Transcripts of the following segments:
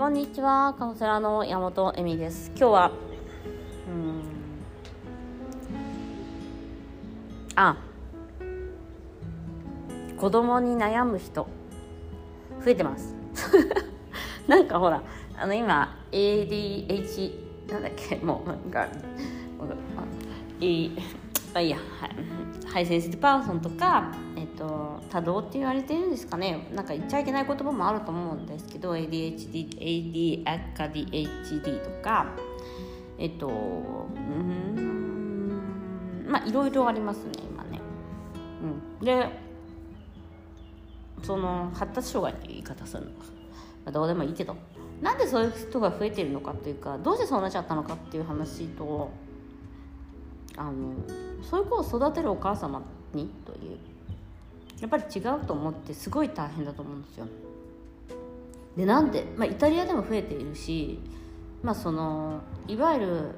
こんにちは、カウンセラーの山本恵美です。今日は子供に悩む人増えてますなんかほら今 ADH なんだっけもうなんかいいやハイセンシティブパーソンとか、多動って言われてるんですかね。なんか言っちゃいけない言葉もあると思うんですけど ADHD 赤 DHD とかいろいろありますね今ね。でその発達障害っていう言い方するのどうでもいいけど、なんでそういう人が増えてるのかっていうか、どうしてそうなっちゃったのかっていう話と、そういう子を育てるお母様にというやっぱり違うと思ってすごい大変だと思うんですよ。でなんで、イタリアでも増えているし、そのいわゆる、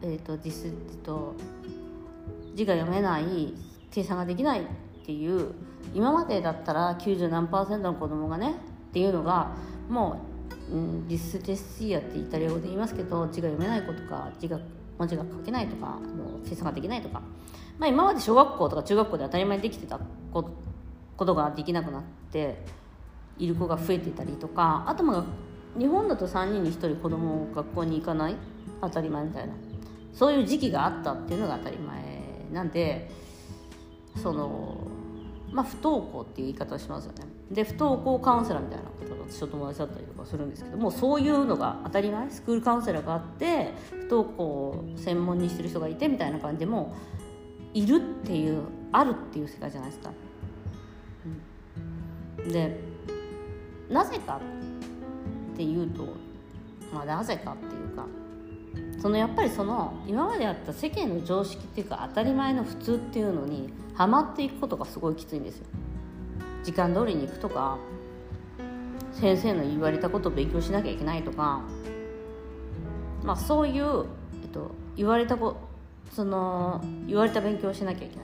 字が読めない計算ができないっていう今までだったら90何%の子供がねっていうのがもう、ディスレシアってイタリア語で言いますけど、字が読めない子とか文字が書けないとか計算ができないとか、今まで小学校とか中学校で当たり前にできてたことができなくなっている子が増えていたりとか、あと日本だと3人に1人子供が学校に行かない当たり前みたいな、そういう時期があったっていうのが当たり前なんで、不登校っていう言い方をしますよね。で不登校カウンセラーみたいなことが私と友達だったりとかするんですけども、そういうのが当たり前、スクールカウンセラーがあって不登校を専門にしてる人がいてみたいな感じでもいるっていうあるっていう世界じゃないですか。でなぜかっていうと、なぜかっていうか、やっぱり今まであった世間の常識っていうか当たり前の普通っていうのにハマっていくことがすごいきついんですよ。時間通りに行くとか、先生の言われたことを勉強しなきゃいけないとか、そういう、言われた勉強をしなきゃいけない、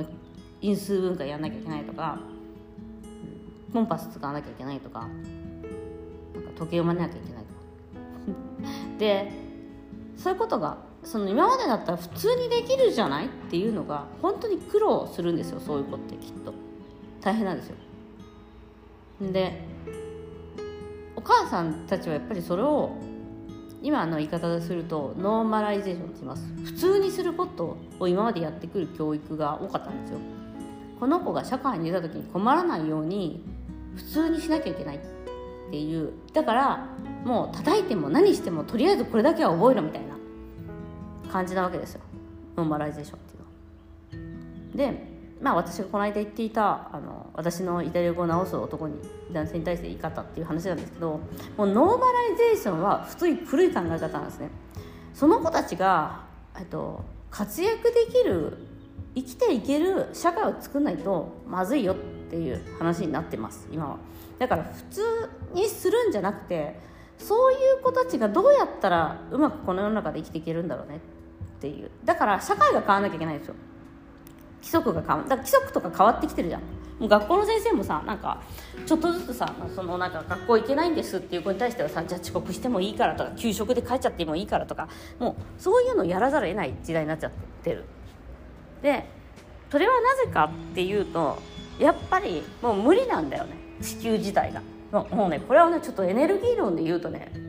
因数分解やんなきゃいけないとか、コンパス使わなきゃいけないとか、時計読まなきゃいけないとかでそういうことが今までだったら普通にできるじゃないっていうのが本当に苦労するんですよ。そういう子ってきっと大変なんですよ。でお母さんたちはやっぱりそれを今の言い方でするとノーマライゼーションって言います。普通にすることを今までやってくる教育が多かったんですよ。この子が社会に出た時に困らないように普通にしなきゃいけないっていう、だからもう叩いても何してもとりあえずこれだけは覚えろみたいな感じなわけですよ、ノーマライゼーションっていうのは。で私がこの間言っていた私のイタリア語を直す男性に対して言い方っていう話なんですけど、もうノーマライゼーションは古い考え方なんですね。その子たちが活躍できる生きていける社会を作んないとまずいよっていう話になってます今は。だから普通にするんじゃなくて、そういう子たちがどうやったらうまくこの世の中で生きていけるんだろうねっていう。だから社会が変わらなきゃいけないんですよ。規則が変わる。だから規則とか変わってきてるじゃん。もう学校の先生もさ、ちょっとずつさ、学校行けないんですっていう子に対してはさ、じゃあ遅刻してもいいからとか、給食で帰っちゃってもいいからとか、もうそういうのをやらざるを得ない時代になっちゃってる。でそれはなぜかっていうと、やっぱりもう無理なんだよね、地球自体が。もうね、これはねちょっとエネルギー論で言うとね、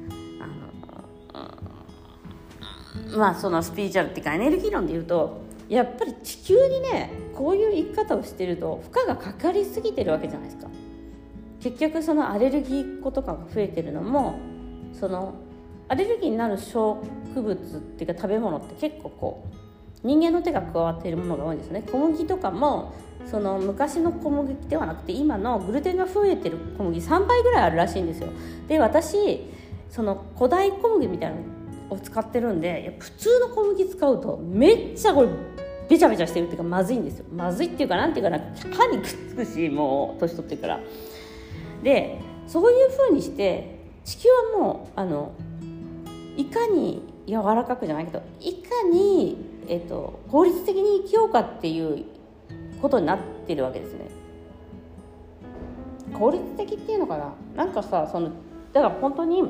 そのスピリチュアルっていうかエネルギー論で言うと、やっぱり地球にねこういう生き方をしてると負荷がかかりすぎてるわけじゃないですか。結局アレルギー子とかが増えてるのも、アレルギーになる植物っていうか食べ物って結構人間の手が加わっているものが多いんですね。小麦とかも昔の小麦ではなくて今のグルテンが増えてる小麦3倍ぐらいあるらしいんですよ。で私古代小麦みたいなのを使ってるんで、普通の小麦使うとめっちゃこれべちゃべちゃしてるっていうかまずいんですよ。まずいっていうかなんていうかな、歯にくっつくし、もう年取ってるから。でそういう風にして地球はもういかに柔らかくじゃないけど、いかに効率的に生きようかっていうことになってるわけですね。効率的っていうのかな、 だから本当に、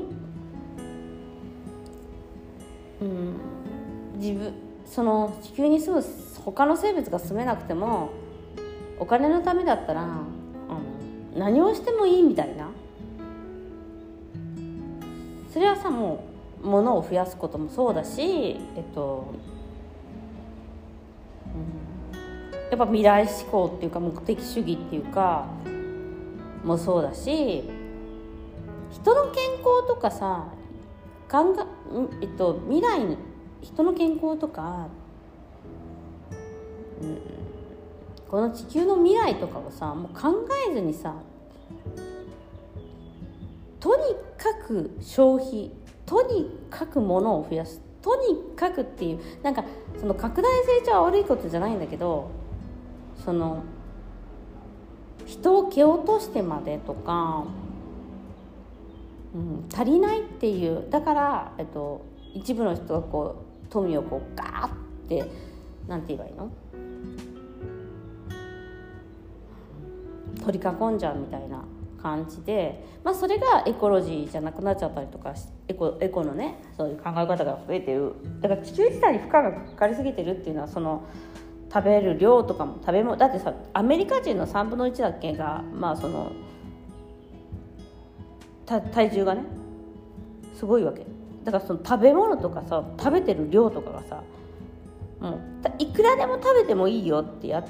その地球に住む他の生物が住めなくてもお金のためだったら何をしてもいいみたいな、それはさ、もう物を増やすこともそうだし、やっぱ未来志向っていうか目的主義っていうかもそうだし、人の健康とかさ、未来に人の健康とか、この地球の未来とかをさ、もう考えずにさ、とにかく消費、とにかく物を増やす、とにかくっていう、なんかその拡大成長は悪いことじゃないんだけど、その人を蹴落としてまでとか、足りないっていう、だから、一部の人がこう富をこうガーってなんて言えばいいの、取り囲んじゃうみたいな感じで、それがエコロジーじゃなくなっちゃったりとか、エコのね、そういう考え方が増えてる。だから地球自体に負荷がかかりすぎてるっていうのは、その食べる量とかも食べ物だってさ、アメリカ人の3分の1だけがその体重がねすごいわけだから、その食べ物とかさ、食べてる量とかがさ、もういくらでも食べてもいいよってや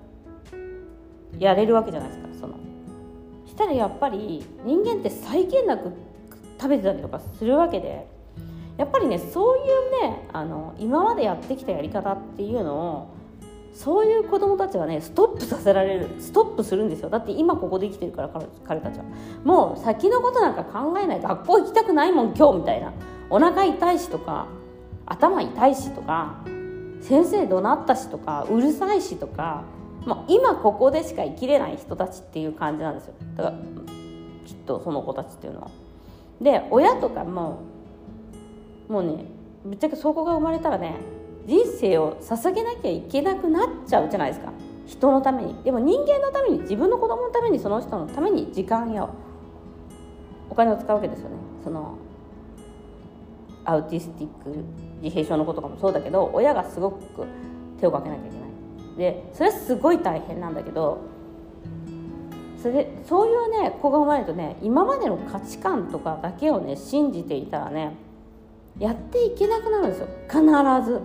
れるわけじゃないですか。したらやっぱり人間って際限なく食べてたりとかするわけで、やっぱりね、そういうね、今までやってきたやり方っていうのを、そういう子供たちはねストップするんですよ。だって今ここで生きてるから、彼たちはもう先のことなんか考えない、学校行きたくないもん今日みたいな、お腹痛いしとか頭痛いしとか先生怒鳴ったしとかうるさいしとか、もう今ここでしか生きれない人たちっていう感じなんですよ。だからきっとその子たちっていうのは、で親とかもうね、ぶっちゃけそこが生まれたらね、人生を捧げなきゃいけなくなっちゃうじゃないですか、人のために。でも人間のために、自分の子供のために、その人のために時間やお金を使うわけですよね。そのアウティスティック自閉症の子とかもそうだけど、親がすごく手をかけなきゃいけないで、それはすごい大変なんだけど、そういうね子が生まれるとね、今までの価値観とかだけをね信じていたらね、やっていけなくなるんですよ。必ず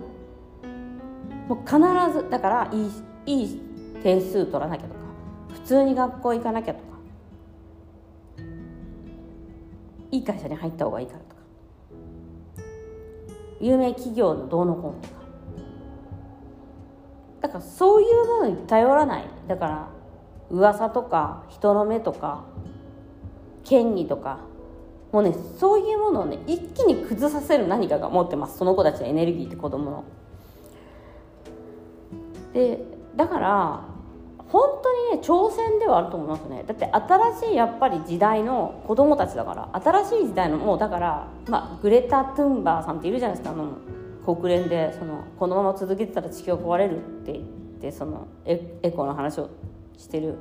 だから、いい点数取らなきゃとか、普通に学校行かなきゃとか、いい会社に入った方がいいからとか、有名企業のどうのこうのとか、だからそういうものに頼らない。だから噂とか人の目とか権威とか、もうね、そういうものをね一気に崩させる何かが持ってます、その子たちのエネルギーって、子供の。でだから本当にね挑戦ではあると思いますね。だって新しいやっぱり時代の子供たちだから、新しい時代の、もうだから、グレタ・トゥンバーさんっているじゃないですか、国連でこのまま続けてたら地球が壊れるって言って、そのエコの話をしてる。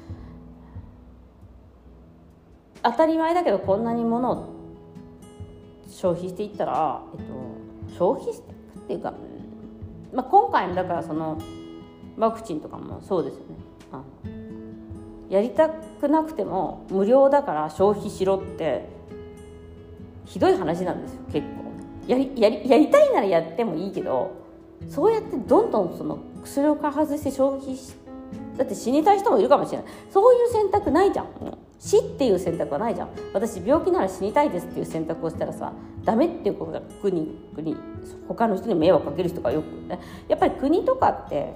当たり前だけどこんなに物を消費していったら、消費してっていうか、今回のだからそのワクチンとかもそうですよね。やりたくなくても無料だから消費しろってひどい話なんですよ。結構やりたいならやってもいいけど、そうやってどんどんその薬を開発して消費し、だって死にたい人もいるかもしれない。そういう選択ないじゃん。死っていう選択はないじゃん。私病気なら死にたいですっていう選択をしたらさ、ダメっていうことが国他の人に迷惑かける人がよくね。やっぱり国とかって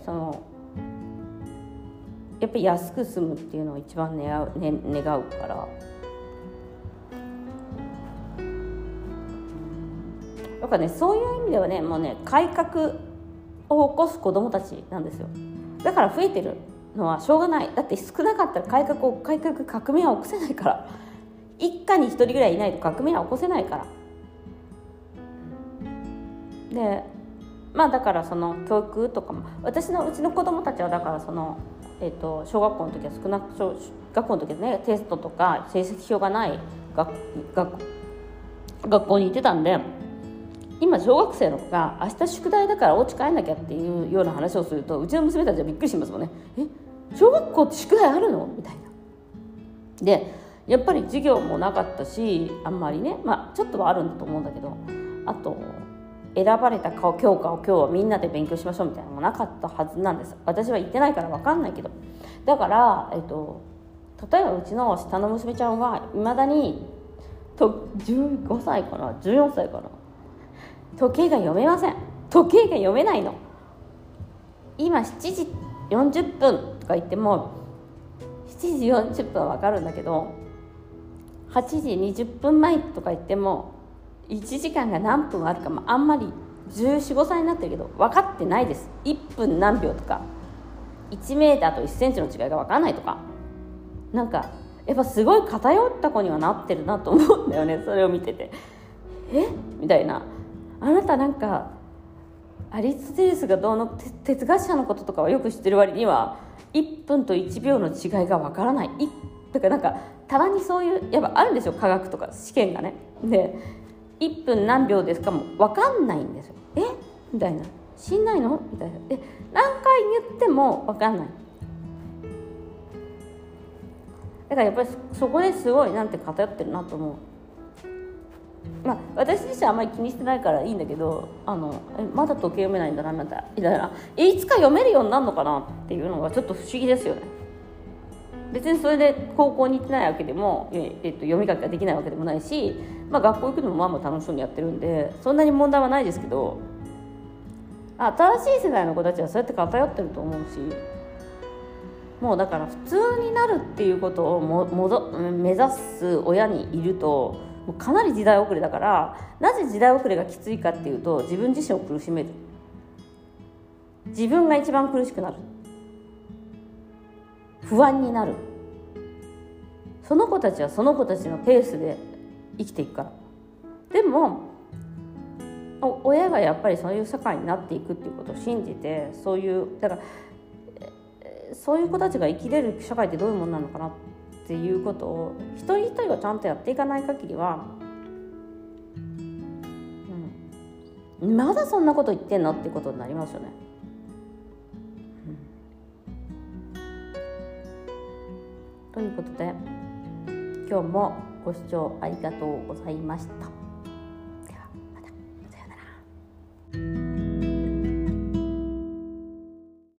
やっぱり安く済むっていうのを一番願うから、だからね、そういう意味ではね、もうね、改革を起こす子どもたちなんですよ。だから増えてるのはしょうがない。だって少なかったら革命は起こせないから。一家に一人ぐらいいないと革命は起こせないから。でだからその教育とかも、うちの子どもたちはだから小学校の時は小学校の時はねテストとか成績表がない学校に行ってたんで、今小学生の子が明日宿題だからお家帰んなきゃっていうような話をすると、うちの娘たちはびっくりしますもんね。小学校って宿題あるのみたいな。でやっぱり授業もなかったし、あんまりね、ちょっとはあるんだと思うんだけど、あと選ばれた教科を今日はみんなで勉強しましょうみたいなのもなかったはずなんです。私は行ってないから分かんないけど。だから、例えばうちの下の娘ちゃんはいまだに15歳かな14歳かな、時計が読めません。時計が読めないの。今7時40分とか言っても7時40分は分かるんだけど、8時20分前とか言っても1時間が何分あるか、あんまり14、15歳になってるけど分かってないです。1分何秒とか1メーターと1センチの違いが分かんないとか、なんかやっぱすごい偏った子にはなってるなと思うんだよね。それを見ててみたいな、あなたなんかアリストテレスがどうの哲学者のこととかはよく知ってる割には1分と1秒の違いが分からない。だからなんかたまにそういうやっぱあるんですよ、科学とか試験がね。で1分何秒ですかも分かんないんですよ。みたいな、知んないのみたいな。何回言っても分かんない。だからやっぱりそこですごいなんて偏ってるなと思う。私自身はあんまり気にしてないからいいんだけど、まだ時計読めないんだなみたいな、いつか読めるようになるのかなっていうのがちょっと不思議ですよね。別にそれで高校に行ってないわけでも、読み書きができないわけでもないし、学校行くのも楽しそうにやってるんでそんなに問題はないですけど、新しい世代の子たちはそうやって偏ってると思うし、もうだから普通になるっていうことを目指す親にいるともうかなり時代遅れだから、なぜ時代遅れがきついかっていうと、自分自身を苦しめる、自分が一番苦しくなる、不安になる。その子たちはその子たちのペースで生きていくから。でも親がやっぱりそういう社会になっていくっていうことを信じて、そういう子たちが生きれる社会ってどういうものなのかなっていうことを一人一人がちゃんとやっていかない限りは、まだそんなこと言ってんのってことになりますよね。ということで今日もご視聴ありがとうございました。